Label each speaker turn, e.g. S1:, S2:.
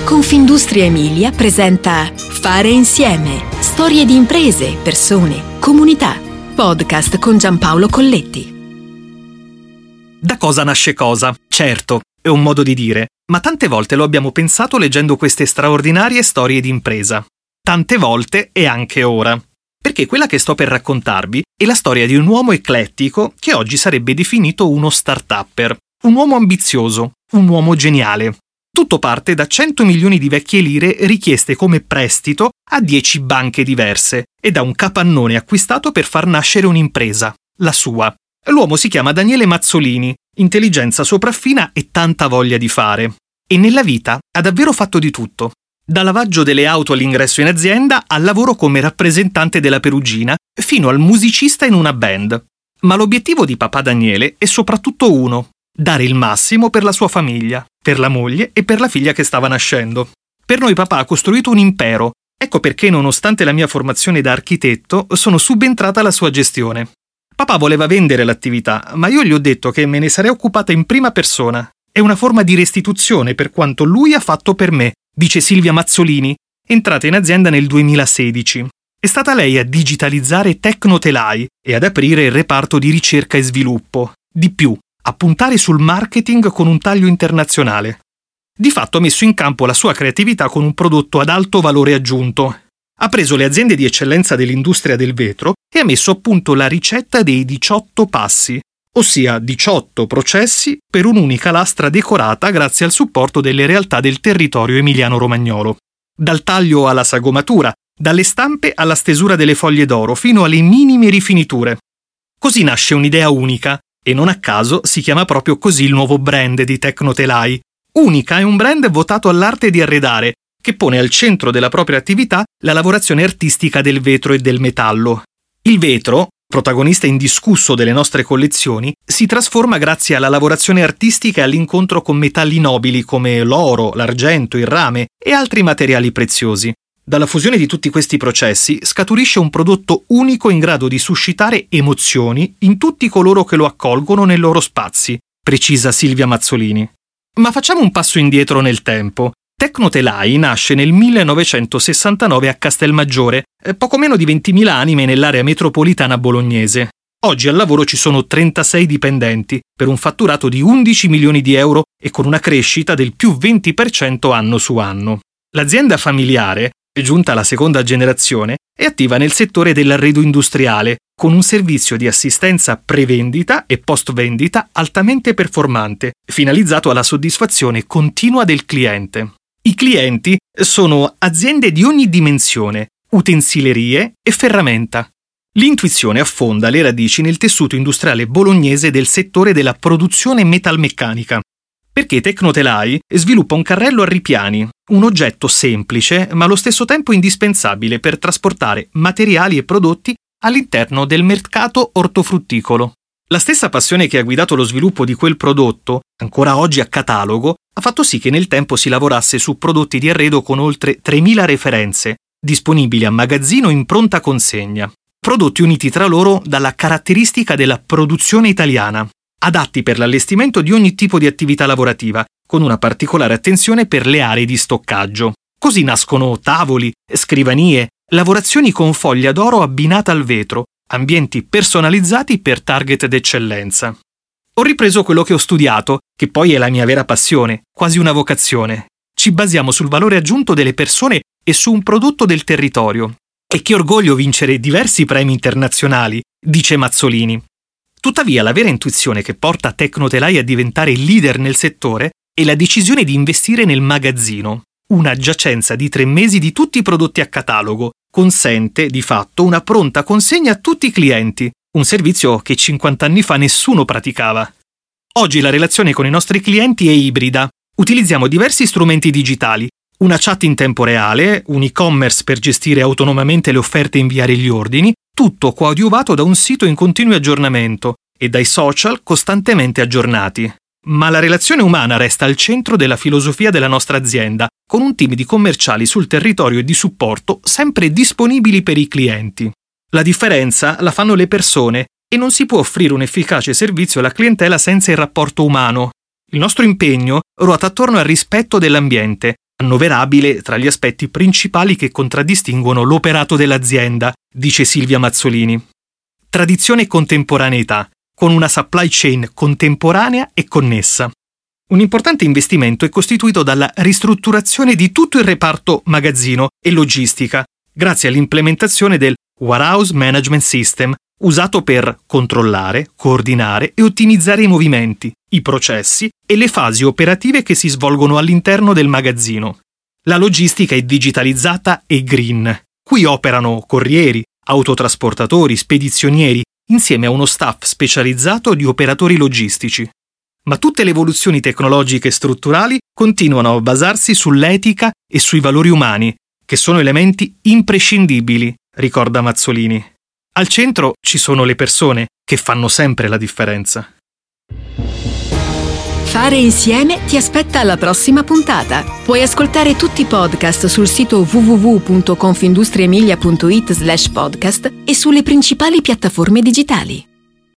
S1: Confindustria Emilia presenta Fare Insieme. Storie di imprese, persone, comunità. Podcast con Giampaolo Colletti.
S2: Da cosa nasce cosa? Certo, è un modo di dire, ma tante volte lo abbiamo pensato leggendo queste straordinarie storie di impresa. Tante volte e anche ora. Perché quella che sto per raccontarvi è la storia di un uomo eclettico che oggi sarebbe definito uno start-upper. Un uomo ambizioso, un uomo geniale. Tutto parte da 100 milioni di vecchie lire richieste come prestito a 10 banche diverse e da un capannone acquistato per far nascere un'impresa, la sua. L'uomo si chiama Daniele Mazzolini, intelligenza sopraffina e tanta voglia di fare. E nella vita ha davvero fatto di tutto. Da lavaggio delle auto all'ingresso in azienda al lavoro come rappresentante della Perugina fino al musicista in una band. Ma l'obiettivo di papà Daniele è soprattutto uno: dare il massimo per la sua famiglia, per la moglie e per la figlia che stava nascendo. Per noi papà ha costruito un impero, ecco perché nonostante la mia formazione da architetto sono subentrata alla sua gestione. Papà voleva vendere l'attività, ma io gli ho detto che me ne sarei occupata in prima persona. È una forma di restituzione per quanto lui ha fatto per me, dice Silvia Mazzolini, entrata in azienda nel 2016. È stata lei a digitalizzare Tecnotelai e ad aprire il reparto di ricerca e sviluppo. Di più, a puntare sul marketing con un taglio internazionale. Di fatto ha messo in campo la sua creatività con un prodotto ad alto valore aggiunto. Ha preso le aziende di eccellenza dell'industria del vetro e ha messo a punto la ricetta dei 18 passi, ossia 18 processi per un'unica lastra decorata grazie al supporto delle realtà del territorio emiliano-romagnolo. Dal taglio alla sagomatura, dalle stampe alla stesura delle foglie d'oro fino alle minime rifiniture. Così nasce un'idea unica. E non a caso si chiama proprio così il nuovo brand di Tecnotelai. Unica è un brand votato all'arte di arredare, che pone al centro della propria attività la lavorazione artistica del vetro e del metallo. Il vetro, protagonista indiscusso delle nostre collezioni, si trasforma grazie alla lavorazione artistica e all'incontro con metalli nobili come l'oro, l'argento, il rame e altri materiali preziosi. Dalla fusione di tutti questi processi scaturisce un prodotto unico in grado di suscitare emozioni in tutti coloro che lo accolgono nei loro spazi, precisa Silvia Mazzolini. Ma facciamo un passo indietro nel tempo. Tecnotelai nasce nel 1969 a Castelmaggiore, poco meno di 20.000 anime nell'area metropolitana bolognese. Oggi al lavoro ci sono 36 dipendenti, per un fatturato di 11 milioni di euro e con una crescita del più 20% anno su anno. L'azienda familiare, giunta alla seconda generazione, è attiva nel settore dell'arredo industriale, con un servizio di assistenza prevendita e post-vendita altamente performante, finalizzato alla soddisfazione continua del cliente. I clienti sono aziende di ogni dimensione, utensilerie e ferramenta. L'intuizione affonda le radici nel tessuto industriale bolognese del settore della produzione metalmeccanica. Perché Tecnotelai sviluppa un carrello a ripiani, un oggetto semplice ma allo stesso tempo indispensabile per trasportare materiali e prodotti all'interno del mercato ortofrutticolo. La stessa passione che ha guidato lo sviluppo di quel prodotto, ancora oggi a catalogo, ha fatto sì che nel tempo si lavorasse su prodotti di arredo con oltre 3.000 referenze, disponibili a magazzino in pronta consegna. Prodotti uniti tra loro dalla caratteristica della produzione italiana, adatti per l'allestimento di ogni tipo di attività lavorativa, con una particolare attenzione per le aree di stoccaggio. Così nascono tavoli, scrivanie, lavorazioni con foglia d'oro abbinata al vetro, ambienti personalizzati per target d'eccellenza. Ho ripreso quello che ho studiato, che poi è la mia vera passione, quasi una vocazione. Ci basiamo sul valore aggiunto delle persone e su un prodotto del territorio. E che orgoglio vincere diversi premi internazionali, dice Mazzolini. Tuttavia, la vera intuizione che porta Tecnotelai a diventare il leader nel settore è la decisione di investire nel magazzino. Una giacenza di 3 mesi di tutti i prodotti a catalogo consente, di fatto, una pronta consegna a tutti i clienti, un servizio che 50 anni fa nessuno praticava. Oggi la relazione con i nostri clienti è ibrida. Utilizziamo diversi strumenti digitali, una chat in tempo reale, un e-commerce per gestire autonomamente le offerte e inviare gli ordini, tutto coadiuvato da un sito in continuo aggiornamento e dai social costantemente aggiornati. Ma la relazione umana resta al centro della filosofia della nostra azienda, con un team di commerciali sul territorio e di supporto sempre disponibili per i clienti. La differenza la fanno le persone e non si può offrire un efficace servizio alla clientela senza il rapporto umano. Il nostro impegno ruota attorno al rispetto dell'ambiente, annoverabile tra gli aspetti principali che contraddistinguono l'operato dell'azienda, dice Silvia Mazzolini. Tradizione e contemporaneità, con una supply chain contemporanea e connessa. Un importante investimento è costituito dalla ristrutturazione di tutto il reparto magazzino e logistica, grazie all'implementazione del Warehouse Management System, usato per controllare, coordinare e ottimizzare i movimenti, i processi e le fasi operative che si svolgono all'interno del magazzino. La logistica è digitalizzata e green. Qui operano corrieri, autotrasportatori, spedizionieri, insieme a uno staff specializzato di operatori logistici. Ma tutte le evoluzioni tecnologiche e strutturali continuano a basarsi sull'etica e sui valori umani, che sono elementi imprescindibili, ricorda Mazzolini. Al centro ci sono le persone, che fanno sempre la differenza.
S1: Fare insieme ti aspetta alla prossima puntata. Puoi ascoltare tutti i podcast sul sito www.confindustriemilia.it/podcast e sulle principali piattaforme digitali.